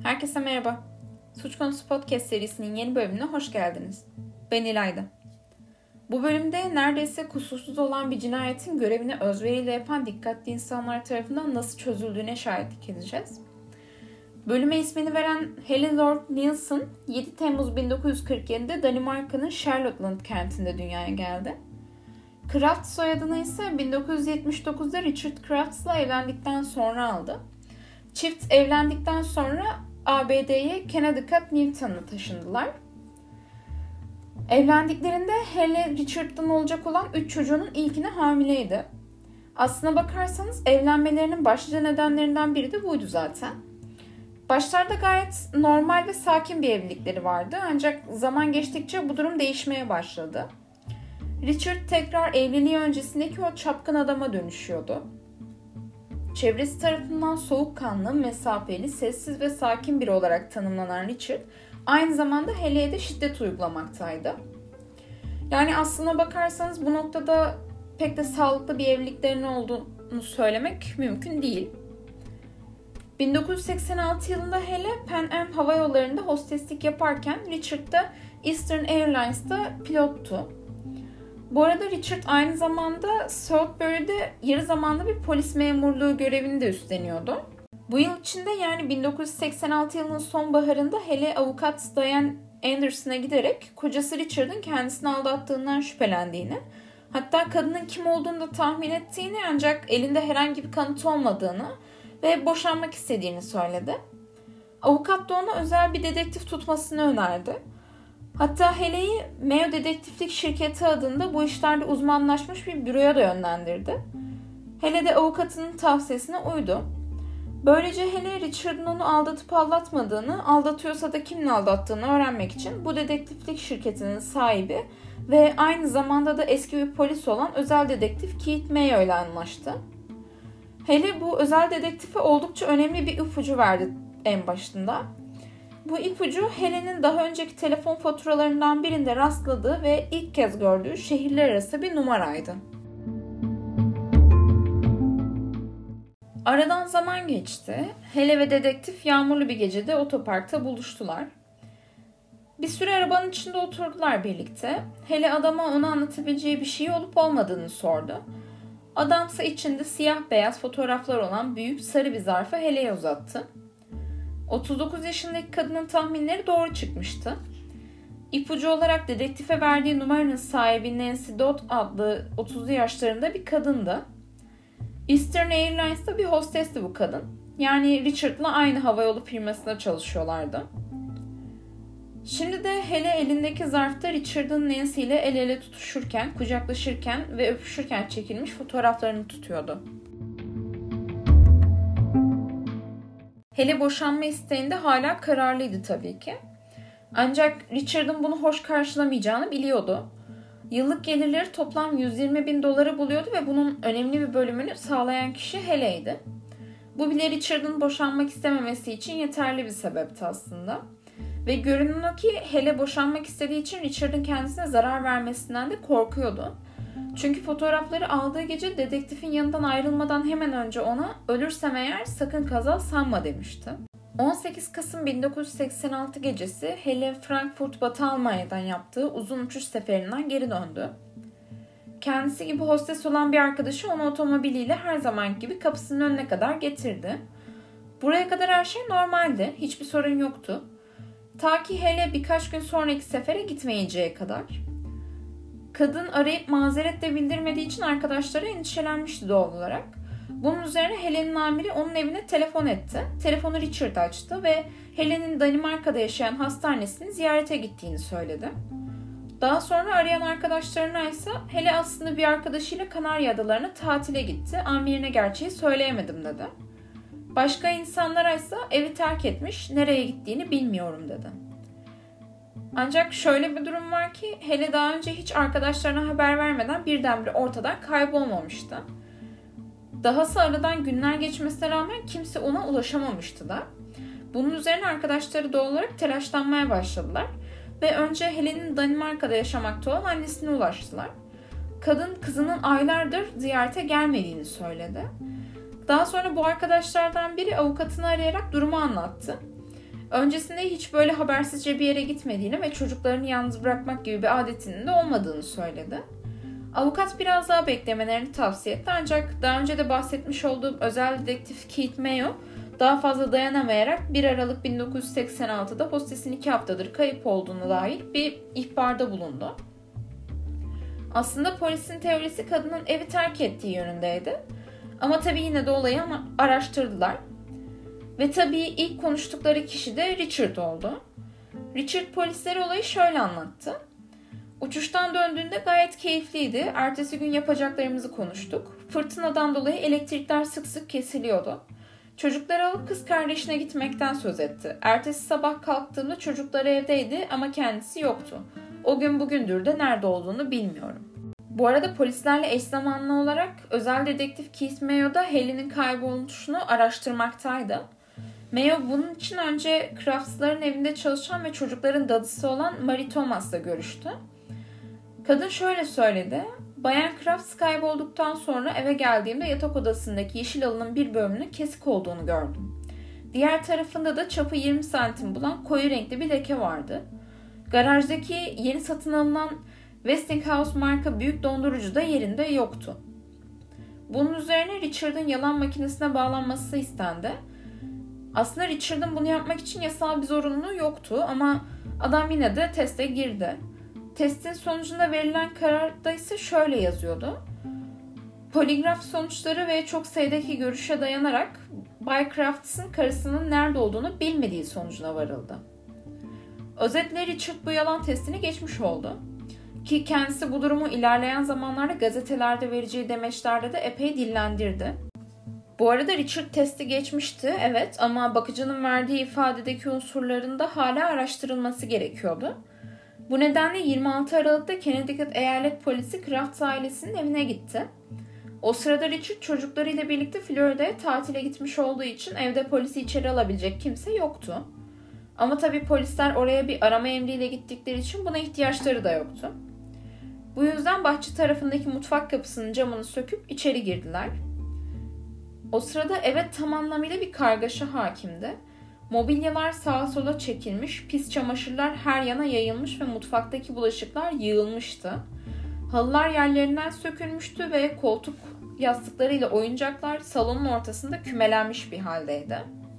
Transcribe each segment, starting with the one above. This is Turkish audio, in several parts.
Herkese merhaba. Suç Konusu Podcast serisinin yeni bölümüne hoş geldiniz. Ben İlayda. Bu bölümde neredeyse kusursuz olan bir cinayetin görevini özveriyle yapan dikkatli insanlar tarafından nasıl çözüldüğüne şahitlik edeceğiz. Bölüme ismini veren Helen Lord Nielsen, 7 Temmuz 1947'de Danimarka'nın Charlotteland kentinde dünyaya geldi. Kraft soyadını ise 1979'da Richard Crafts'la evlendikten sonra aldı. Çift evlendikten sonra ABD'ye Connecticut Newton'a taşındılar. Evlendiklerinde Helen Richard'dan olacak olan 3 çocuğunun ilkine hamileydi. Aslına bakarsanız evlenmelerinin başlıca nedenlerinden biri de buydu zaten. Başlarda gayet normal ve sakin bir evlilikleri vardı ancak zaman geçtikçe bu durum değişmeye başladı. Richard tekrar evliliği öncesindeki o çapkın adama dönüşüyordu. Çevresi tarafından soğukkanlı, mesafeli, sessiz ve sakin biri olarak tanımlanan Richard, aynı zamanda Helen'e de şiddet uygulamaktaydı. Yani aslına bakarsanız bu noktada pek de sağlıklı bir evliliklerinin olduğunu söylemek mümkün değil. 1986 yılında Helen Pan Am Hava Yolları'nda hosteslik yaparken Richard da Eastern Airlines'ta pilottu. Bu arada Richard aynı zamanda Southbury'de yarı zamanlı bir polis memurluğu görevini de üstleniyordu. Bu yıl içinde yani 1986 yılının sonbaharında Helen avukat Diane Anderson'a giderek kocası Richard'ın kendisini aldattığından şüphelendiğini, hatta kadının kim olduğunu da tahmin ettiğini ancak elinde herhangi bir kanıt olmadığını ve boşanmak istediğini söyledi. Avukat da ona özel bir dedektif tutmasını önerdi. Hatta Helen'i Mayo Dedektiflik Şirketi adında bu işlerde uzmanlaşmış bir büroya da yönlendirdi. Helen de avukatının tavsiyesine uydu. Böylece Helen Richard'ın onu aldatıp aldatmadığını, aldatıyorsa da kimin aldattığını öğrenmek için bu dedektiflik şirketinin sahibi ve aynı zamanda da eski bir polis olan özel dedektif Keith Mayo ile anlaştı. Helen bu özel dedektife oldukça önemli bir ipucu verdi en başında. Bu ipucu Helen'in daha önceki telefon faturalarından birinde rastladığı ve ilk kez gördüğü şehirler arası bir numaraydı. Aradan zaman geçti. Helen ve dedektif yağmurlu bir gecede otoparkta buluştular. Bir süre arabanın içinde oturdular birlikte. Helen adama ona anlatabileceği bir şey olup olmadığını sordu. Adamsa içinde siyah beyaz fotoğraflar olan büyük sarı bir zarfı Helen'e uzattı. 39 yaşındaki kadının tahminleri doğru çıkmıştı. İpucu olarak dedektife verdiği numaranın sahibi Nancy Dodd adlı 30'lu yaşlarında bir kadındı. Eastern Airlines'ta bir hostesti bu kadın. Yani Richard'la aynı havayolu firmasında çalışıyorlardı. Şimdi de Helen elindeki zarfta Richard'ın Nancy ile el ele tutuşurken, kucaklaşırken ve öpüşürken çekilmiş fotoğraflarını tutuyordu. Helen boşanma isteğinde hala kararlıydı tabii ki. Ancak Richard'ın bunu hoş karşılamayacağını biliyordu. Yıllık gelirleri toplam $120,000 buluyordu ve bunun önemli bir bölümünü sağlayan kişi Helen'ydi. Bu bile Richard'ın boşanmak istememesi için yeterli bir sebepti aslında. Ve görünen o ki Helen boşanmak istediği için Richard'ın kendisine zarar vermesinden de korkuyordu. Çünkü fotoğrafları aldığı gece dedektifin yanından ayrılmadan hemen önce ona "Ölürsem eğer sakın kaza sanma" demişti. 18 Kasım 1986 gecesi Helen Frankfurt Batı Almanya'dan yaptığı uzun uçuş seferinden geri döndü. Kendisi gibi hostes olan bir arkadaşı onu otomobiliyle her zamanki gibi kapısının önüne kadar getirdi. Buraya kadar her şey normaldi, hiçbir sorun yoktu. Ta ki Helen birkaç gün sonraki sefere gitmeyeceği kadar. Kadın arayıp mazeret de bildirmediği için arkadaşları endişelenmişti doğal olarak. Bunun üzerine Helen'in amiri onun evine telefon etti. Telefonu Richard açtı ve Helen'in Danimarka'da yaşayan hastanesini ziyarete gittiğini söyledi. Daha sonra arayan arkadaşlarına ise Helen aslında bir arkadaşıyla Kanarya Adaları'na tatile gitti. Amirine gerçeği söyleyemedim dedi. Başka insanlara ise evi terk etmiş, nereye gittiğini bilmiyorum dedi. Ancak şöyle bir durum var ki Helen daha önce hiç arkadaşlarına haber vermeden birdenbire ortadan kaybolmamıştı. Dahası aradan günler geçmesine rağmen kimse ona ulaşamamıştı da. Bunun üzerine arkadaşları doğal olarak telaşlanmaya başladılar ve önce Helen'in Danimarka'da yaşamakta olan annesine ulaştılar. Kadın kızının aylardır ziyarete gelmediğini söyledi. Daha sonra bu arkadaşlardan biri avukatını arayarak durumu anlattı. Öncesinde hiç böyle habersizce bir yere gitmediğini ve çocuklarını yalnız bırakmak gibi bir adetinin de olmadığını söyledi. Avukat biraz daha beklemelerini tavsiye etti ancak daha önce de bahsetmiş olduğum özel dedektif Keith Mayo daha fazla dayanamayarak 1 Aralık 1986'da hostesin 2 haftadır kayıp olduğuna dair bir ihbarda bulundu. Aslında polisin teorisi kadının evi terk ettiği yönündeydi. Ama tabii yine de olayı araştırdılar. Ve tabii ilk konuştukları kişi de Richard oldu. Richard polislere olayı şöyle anlattı. Uçuştan döndüğünde gayet keyifliydi. Ertesi gün yapacaklarımızı konuştuk. Fırtınadan dolayı elektrikler sık sık kesiliyordu. Çocukları alıp kız kardeşine gitmekten söz etti. Ertesi sabah kalktığımda çocukları evdeydi ama kendisi yoktu. O gün bugündür de nerede olduğunu bilmiyorum. Bu arada polislerle eş zamanlı olarak özel dedektif Keith Mayo da Haley'nin kayboluşunu araştırmaktaydı. Mayo bunun için önce Crafts'ların evinde çalışan ve çocukların dadısı olan Mary Thomas'la görüştü. Kadın şöyle söyledi. Bayan Crafts kaybolduktan sonra eve geldiğimde yatak odasındaki yeşil halının bir bölümünün kesik olduğunu gördüm. Diğer tarafında da çapı 20 santim bulan koyu renkli bir leke vardı. Garajdaki yeni satın alınan Westinghouse marka büyük dondurucu da yerinde yoktu. Bunun üzerine Richard'ın yalan makinesine bağlanması istendi. Aslında Richard'ın bunu yapmak için yasal bir zorunluluğu yoktu ama adam yine de teste girdi. Testin sonucunda verilen kararda ise şöyle yazıyordu. Poligraf sonuçları ve çok sayıdaki görüşe dayanarak Bay Crafts'ın karısının nerede olduğunu bilmediği sonucuna varıldı. Özetle Richard bu yalan testini geçmiş oldu. Ki kendisi bu durumu ilerleyen zamanlarda gazetelerde vereceği demeçlerde de epey dillendirdi. Bu arada Richard testi geçmişti, evet, ama bakıcının verdiği ifadedeki unsurların da hala araştırılması gerekiyordu. Bu nedenle 26 Aralık'ta Connecticut Eyalet Polisi Crafts ailesinin evine gitti. O sırada Richard çocuklarıyla birlikte Florida'ya tatile gitmiş olduğu için evde polisi içeri alabilecek kimse yoktu. Ama tabii polisler oraya bir arama emriyle gittikleri için buna ihtiyaçları da yoktu. Bu yüzden bahçe tarafındaki mutfak kapısının camını söküp içeri girdiler. O sırada eve tam anlamıyla bir kargaşa hakimdi. Mobilyalar sağa sola çekilmiş, pis çamaşırlar her yana yayılmış ve mutfaktaki bulaşıklar yığılmıştı. Halılar yerlerinden sökülmüştü ve koltuk yastıklarıyla oyuncaklar salonun ortasında kümelenmiş bir haldeydi.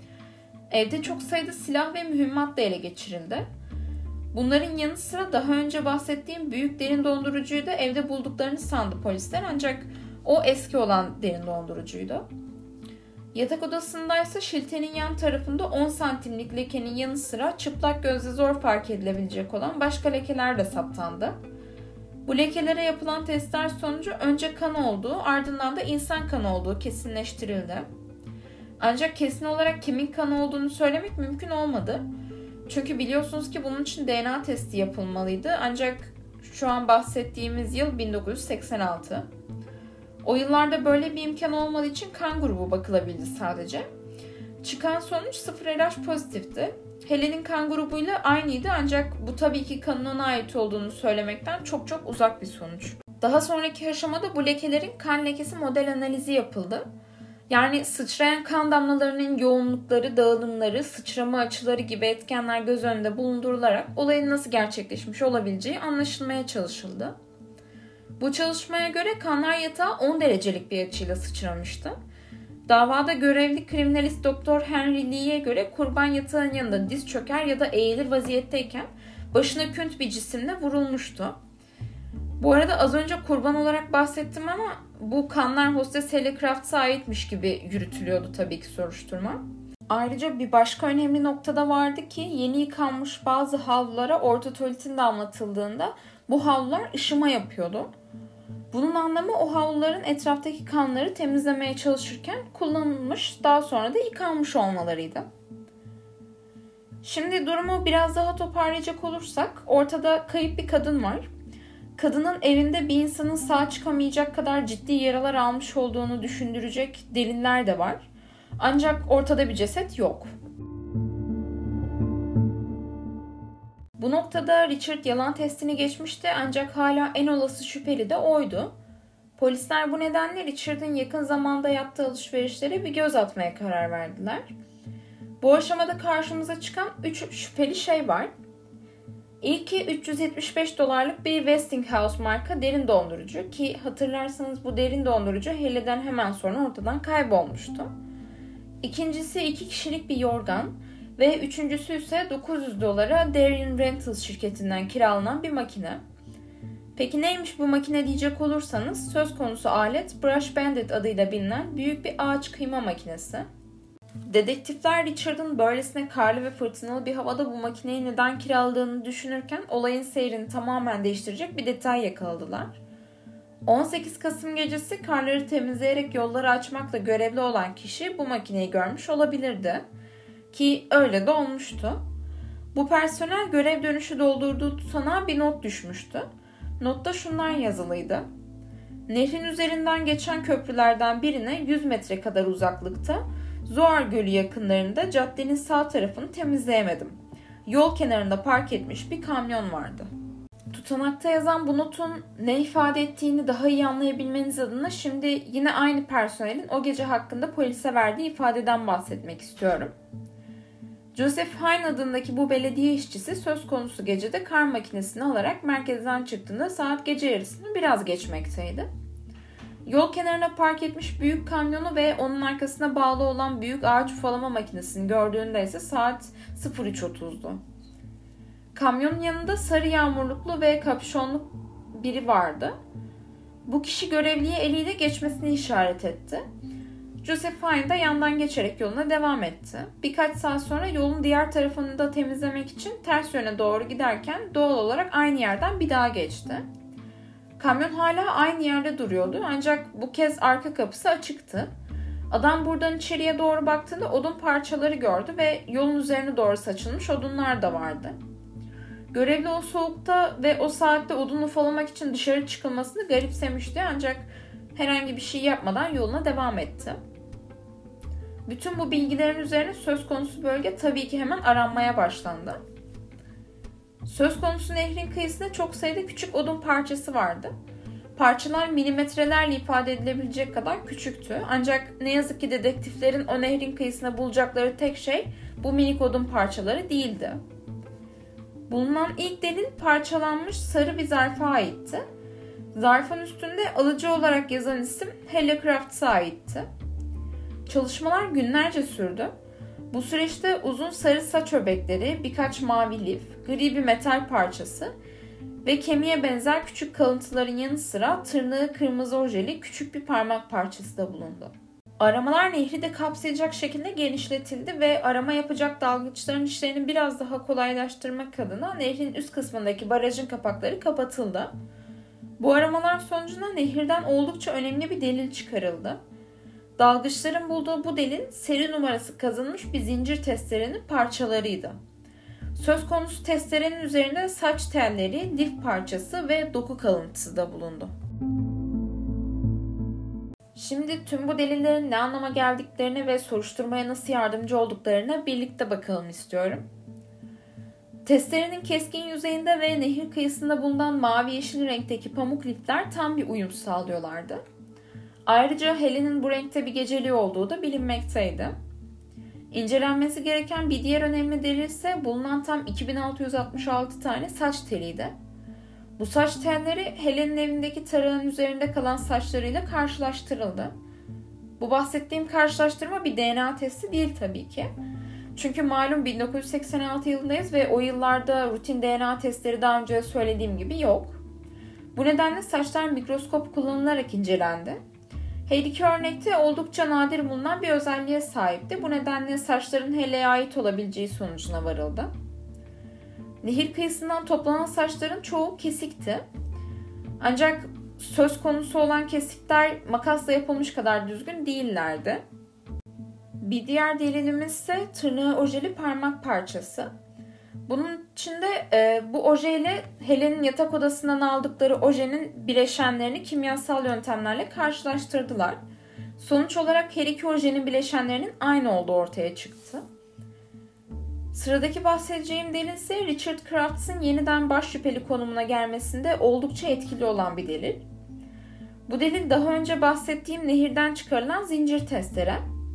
Evde çok sayıda silah ve mühimmat da ele geçirildi. Bunların yanı sıra daha önce bahsettiğim büyük derin dondurucuyu da evde bulduklarını sandı polisler ancak o eski olan derin dondurucuydu. Yatak odasındaysa şiltenin yan tarafında 10 santimlik lekenin yanı sıra çıplak gözle zor fark edilebilecek olan başka lekeler de saptandı. Bu lekelere yapılan testler sonucu önce kan olduğu ardından da insan kanı olduğu kesinleştirildi. Ancak kesin olarak kimin kanı olduğunu söylemek mümkün olmadı. Çünkü biliyorsunuz ki bunun için DNA testi yapılmalıydı ancak şu an bahsettiğimiz yıl 1986. O yıllarda böyle bir imkan olmadığı için kan grubu bakılabildi sadece. Çıkan sonuç 0 RH pozitifti. Helen'in kan grubuyla aynıydı ancak bu tabii ki kanın ona ait olduğunu söylemekten çok çok uzak bir sonuç. Daha sonraki aşamada bu lekelerin kan lekesi model analizi yapıldı. Yani sıçrayan kan damlalarının yoğunlukları, dağılımları, sıçrama açıları gibi etkenler göz önünde bulundurularak olayın nasıl gerçekleşmiş olabileceği anlaşılmaya çalışıldı. Bu çalışmaya göre kanlar yatağa 10 derecelik bir açıyla sıçramıştı. Davada görevli kriminalist Doktor Henry Lee'ye göre kurban yatağın yanında diz çöker ya da eğilir vaziyetteyken başına künt bir cisimle vurulmuştu. Bu arada az önce kurban olarak bahsettim ama bu kanlar hostes Haley Crafts'a aitmiş gibi yürütülüyordu tabii ki soruşturma. Ayrıca bir başka önemli noktada vardı ki yeni yıkanmış bazı havlulara ortotolitin damlatıldığında bu havlular ışıma yapıyordu. Bunun anlamı o havluların etraftaki kanları temizlemeye çalışırken kullanılmış, daha sonra da yıkanmış olmalarıydı. Şimdi durumu biraz daha toparlayacak olursak ortada kayıp bir kadın var. Kadının evinde bir insanın sağ çıkamayacak kadar ciddi yaralar almış olduğunu düşündürecek deliller de var. Ancak ortada bir ceset yok. Bu noktada Richard yalan testini geçmişti ancak hala en olası şüpheli de oydu. Polisler bu nedenle Richard'ın yakın zamanda yaptığı alışverişlere bir göz atmaya karar verdiler. Bu aşamada karşımıza çıkan 3 şüpheli şey var. İlki $375 bir Westinghouse marka derin dondurucu ki hatırlarsanız bu derin dondurucu Haley'den hemen sonra ortadan kaybolmuştu. İkincisi 2 kişilik bir yorgan ve üçüncüsü ise $900 Darien Rentals şirketinden kiralanan bir makine. Peki neymiş bu makine diyecek olursanız söz konusu alet Brush Bandit adıyla bilinen büyük bir ağaç kıyma makinesi. Dedektifler Richard'ın böylesine karlı ve fırtınalı bir havada bu makineyi neden kiraladığını düşünürken olayın seyrini tamamen değiştirecek bir detay yakaladılar. 18 Kasım gecesi karları temizleyerek yolları açmakla görevli olan kişi bu makineyi görmüş olabilirdi. Ki öyle de olmuştu. Bu personel görev dönüşü doldurduğu tutanağa bir not düşmüştü. Notta şunlar yazılıydı. Nehrin üzerinden geçen köprülerden birine 100 metre kadar uzaklıkta Zoar Gölü yakınlarında caddenin sağ tarafını temizleyemedim. Yol kenarında park etmiş bir kamyon vardı. Tutanakta yazan bu notun ne ifade ettiğini daha iyi anlayabilmeniz adına şimdi yine aynı personelin o gece hakkında polise verdiği ifadeden bahsetmek istiyorum. Joseph Hine adındaki bu belediye işçisi söz konusu gecede kar makinesini alarak merkezden çıktığında saat gece yarısını biraz geçmekteydi. Yol kenarına park etmiş büyük kamyonu ve onun arkasına bağlı olan büyük ağaç ufalama makinesini gördüğünde ise saat 03.30'du. Kamyonun yanında sarı yağmurluklu ve kapşonlu biri vardı. Bu kişi görevliye eliyle geçmesini işaret etti. Joseph Hine de yandan geçerek yoluna devam etti. Birkaç saat sonra yolun diğer tarafını da temizlemek için ters yöne doğru giderken doğal olarak aynı yerden bir daha geçti. Kamyon hala aynı yerde duruyordu ancak bu kez arka kapısı açıktı. Adam buradan içeriye doğru baktığında odun parçaları gördü ve yolun üzerine doğru saçılmış odunlar da vardı. Görevli o soğukta ve o saatte odun ufalamak için dışarı çıkılmasını garipsemişti ancak herhangi bir şey yapmadan yoluna devam etti. Bütün bu bilgilerin üzerine söz konusu bölge tabii ki hemen aranmaya başlandı. Söz konusu nehrin kıyısında çok sayıda küçük odun parçası vardı. Parçalar milimetrelerle ifade edilebilecek kadar küçüktü. Ancak ne yazık ki dedektiflerin o nehrin kıyısında bulacakları tek şey bu minik odun parçaları değildi. Bulunan ilk delil parçalanmış sarı bir zarfa aitti. Zarfın üstünde alıcı olarak yazan isim Haley Crafts'a aitti. Çalışmalar günlerce sürdü. Bu süreçte uzun sarı saç öbekleri, birkaç mavi lif, gri bir metal parçası ve kemiğe benzer küçük kalıntıların yanı sıra tırnağı kırmızı ojeli küçük bir parmak parçası da bulundu. Aramalar nehri de kapsayacak şekilde genişletildi ve arama yapacak dalgıçların işlerini biraz daha kolaylaştırmak adına nehrin üst kısmındaki barajın kapakları kapatıldı. Bu aramalar sonucunda nehirden oldukça önemli bir delil çıkarıldı. Dalgıçların bulduğu bu delil seri numarası kazınmış bir zincir testerenin parçalarıydı. Söz konusu testerenin üzerinde saç telleri, lif parçası ve doku kalıntısı da bulundu. Şimdi tüm bu delillerin ne anlama geldiklerine ve soruşturmaya nasıl yardımcı olduklarına birlikte bakalım istiyorum. Testerenin keskin yüzeyinde ve nehir kıyısında bulunan mavi yeşil renkteki pamuk lifler tam bir uyum sağlıyorlardı. Ayrıca Haley'nin bu renkte bir geceliği olduğu da bilinmekteydi. İncelenmesi gereken bir diğer önemli delil ise bulunan tam 2666 tane saç teliydi. Bu saç telleri Haley'nin evindeki tarağın üzerinde kalan saçlarıyla karşılaştırıldı. Bu bahsettiğim karşılaştırma bir DNA testi değil tabii ki. Çünkü malum 1986 yılındayız ve o yıllarda rutin DNA testleri daha önce söylediğim gibi yok. Bu nedenle saçlar mikroskop kullanılarak incelendi. Her iki örnekte oldukça nadir bulunan bir özelliğe sahipti. Bu nedenle saçların Haley'e ait olabileceği sonucuna varıldı. Nehir kıyısından toplanan saçların çoğu kesikti. Ancak söz konusu olan kesikler makasla yapılmış kadar düzgün değillerdi. Bir diğer delilimiz ise tırnağı ojeli parmak parçası. Bunun içinde bu ojeyle Haley'nin yatak odasından aldıkları ojenin bileşenlerini kimyasal yöntemlerle karşılaştırdılar. Sonuç olarak her iki ojenin bileşenlerinin aynı olduğu ortaya çıktı. Sıradaki bahsedeceğim delil ise Richard Crafts'ın yeniden baş şüpheli konumuna gelmesinde oldukça etkili olan bir delil. Bu delil daha önce bahsettiğim nehirden çıkarılan zincir testere.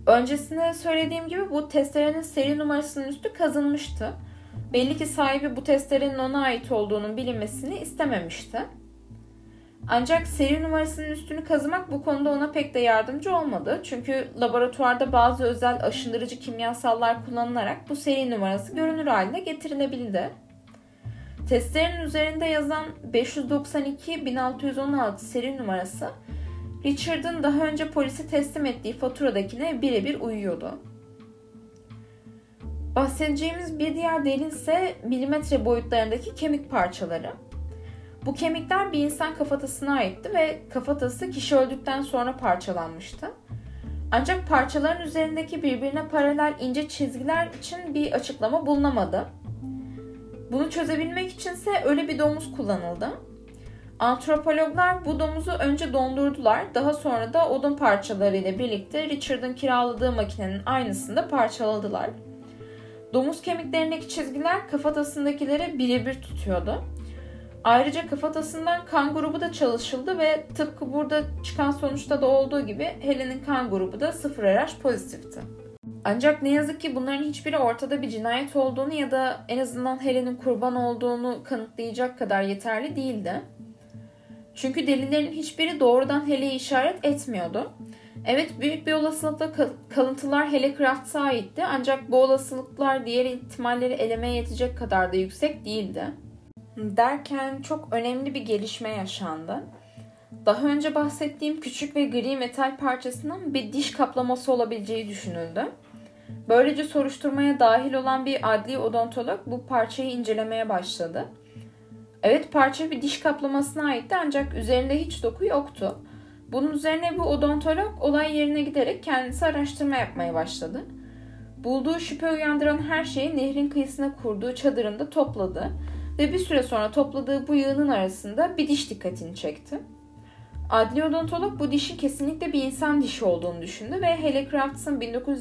Öncesinde söylediğim gibi bu testerenin seri numarasının üstü kazınmıştı. Belli ki sahibi bu testerenin ona ait olduğunun bilinmesini istememişti. Ancak seri numarasının üstünü kazımak bu konuda ona pek de yardımcı olmadı. Çünkü laboratuvarda bazı özel aşındırıcı kimyasallar kullanılarak bu seri numarası görünür haline getirilebildi. Testlerin üzerinde yazan 592-1616 seri numarası, Richard'ın daha önce polise teslim ettiği faturadakine birebir uyuyordu. Bahsedeceğimiz bir diğer delil ise milimetre boyutlarındaki kemik parçaları. Bu kemikler bir insan kafatasına aitti ve kafatası kişi öldükten sonra parçalanmıştı. Ancak parçaların üzerindeki birbirine paralel ince çizgiler için bir açıklama bulunamadı. Bunu çözebilmek içinse ölü bir domuz kullanıldı. Antropologlar bu domuzu önce dondurdular, daha sonra da odun parçaları ile birlikte Richard'ın kiraladığı makinenin aynısını parçaladılar. Domuz kemiklerindeki çizgiler kafatasındakilere birebir tutuyordu. Ayrıca kafatasından kan grubu da çalışıldı ve tıpkı burada çıkan sonuçta da olduğu gibi Helen'in kan grubu da 0RH pozitifti. Ancak ne yazık ki bunların hiçbiri ortada bir cinayet olduğunu ya da en azından Helen'in kurban olduğunu kanıtlayacak kadar yeterli değildi. Çünkü delillerin hiçbiri doğrudan Hele'yi işaret etmiyordu. Evet, büyük bir olasılıkla kalıntılar Hele Crafts'a aitti, ancak bu olasılıklar diğer ihtimalleri elemeye yetecek kadar da yüksek değildi. Derken çok önemli bir gelişme yaşandı. Daha önce bahsettiğim küçük ve gri metal parçasının bir diş kaplaması olabileceği düşünüldü. Böylece soruşturmaya dahil olan bir adli odontolog bu parçayı incelemeye başladı. Evet, parça bir diş kaplamasına aitti, ancak üzerinde hiç doku yoktu. Bunun üzerine bu odontolog olay yerine giderek kendisi araştırma yapmaya başladı. Bulduğu şüphe uyandıran her şeyi nehrin kıyısına kurduğu çadırında topladı ve bir süre sonra topladığı bu yığının arasında bir diş dikkatini çekti. Adli odontolog bu dişin kesinlikle bir insan dişi olduğunu düşündü ve Hele Crafts'ın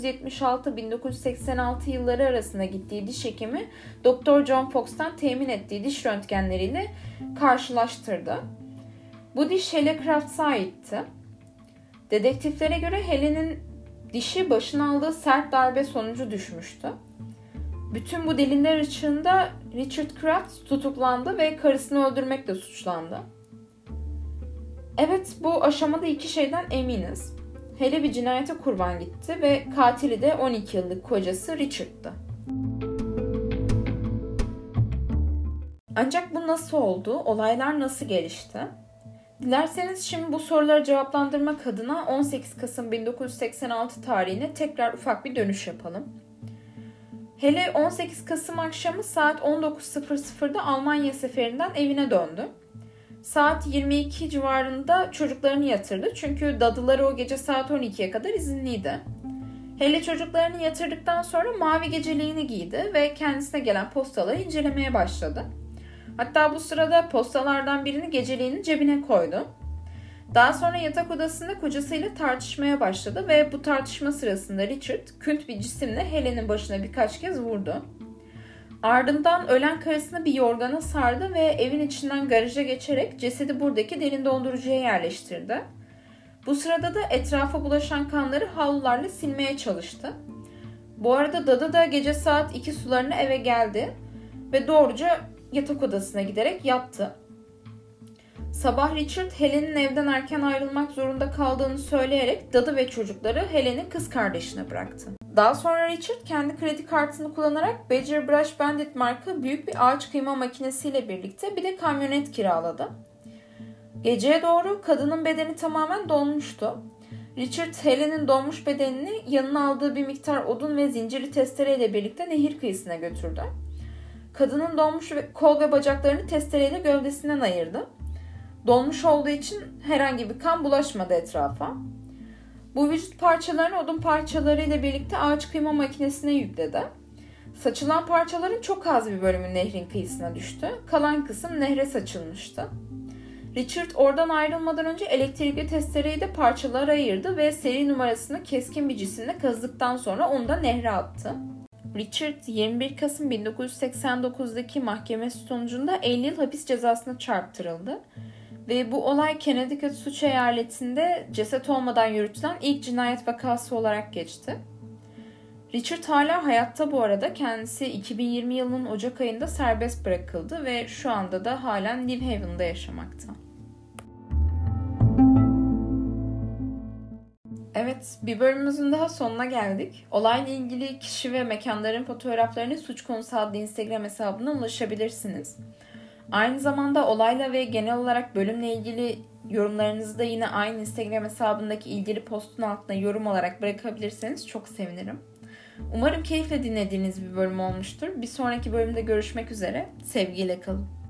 1976-1986 yılları arasında gittiği diş hekimi Dr. John Fox'tan temin ettiği diş röntgenleriyle karşılaştırdı. Bu diş Hele Crafts'a aitti. Dedektiflere göre Helen'in dişi başına aldığı sert darbe sonucu düşmüştü. Bütün bu deliller ışığında Richard Crafts tutuklandı ve karısını öldürmekle suçlandı. Evet, bu aşamada iki şeyden eminiz. Hele bir cinayete kurban gitti ve katili de 12 yıllık kocası Richard'tı. Ancak bu nasıl oldu? Olaylar nasıl gelişti? Dilerseniz şimdi bu soruları cevaplandırmak adına 18 Kasım 1986 tarihine tekrar ufak bir dönüş yapalım. Hele 18 Kasım akşamı saat 19.00'da Almanya seferinden evine döndü. Saat 22 civarında çocuklarını yatırdı, çünkü dadıları o gece saat 12'ye kadar izinliydi. Hele çocuklarını yatırdıktan sonra mavi geceliğini giydi ve kendisine gelen postaları incelemeye başladı. Hatta bu sırada postalardan birini geceliğinin cebine koydu. Daha sonra yatak odasında kocasıyla tartışmaya başladı ve bu tartışma sırasında Richard künt bir cisimle Helen'in başına birkaç kez vurdu. Ardından ölen karısını bir yorgana sardı ve evin içinden garaja geçerek cesedi buradaki derin dondurucuya yerleştirdi. Bu sırada da etrafa bulaşan kanları havlularla silmeye çalıştı. Bu arada dadı da gece saat 2 sularına eve geldi ve doğruca yatak odasına giderek yattı. Sabah Richard Helen'in evden erken ayrılmak zorunda kaldığını söyleyerek dadı ve çocukları Helen'in kız kardeşine bıraktı. Daha sonra Richard kendi kredi kartını kullanarak Badger Brush Bandit marka büyük bir ağaç kıyma makinesiyle birlikte bir de kamyonet kiraladı. Geceye doğru kadının bedeni tamamen donmuştu. Richard Helen'in donmuş bedenini yanına aldığı bir miktar odun ve zincirli testereyle birlikte nehir kıyısına götürdü. Kadının donmuş kol ve bacaklarını testereyle gövdesinden ayırdı. Donmuş olduğu için herhangi bir kan bulaşmadı etrafa. Bu vücut parçalarını odun parçalarıyla birlikte ağaç kıyma makinesine yükledi. Saçılan parçaların çok az bir bölümü nehrin kıyısına düştü. Kalan kısım nehre saçılmıştı. Richard oradan ayrılmadan önce elektrikli testereyi de parçalara ayırdı ve seri numarasını keskin bir cisimle kazdıktan sonra onu da nehre attı. Richard 21 Kasım 1989'daki mahkemesi sonucunda 50 yıl hapis cezasına çarptırıldı. Ve bu olay Connecticut suç eyaletinde ceset olmadan yürütülen ilk cinayet vakası olarak geçti. Richard hala hayatta bu arada. Kendisi 2020 yılının Ocak ayında serbest bırakıldı ve şu anda da halen New Haven'da yaşamakta. Evet, bir bölümümüzün daha sonuna geldik. Olayla ilgili kişi ve mekanların fotoğraflarını Suç Konusu adlı Instagram hesabına ulaşabilirsiniz. Aynı zamanda olayla ve genel olarak bölümle ilgili yorumlarınızı da yine aynı Instagram hesabındaki ilgili postun altına yorum olarak bırakabilirseniz çok sevinirim. Umarım keyifle dinlediğiniz bir bölüm olmuştur. Bir sonraki bölümde görüşmek üzere. Sevgiyle kalın.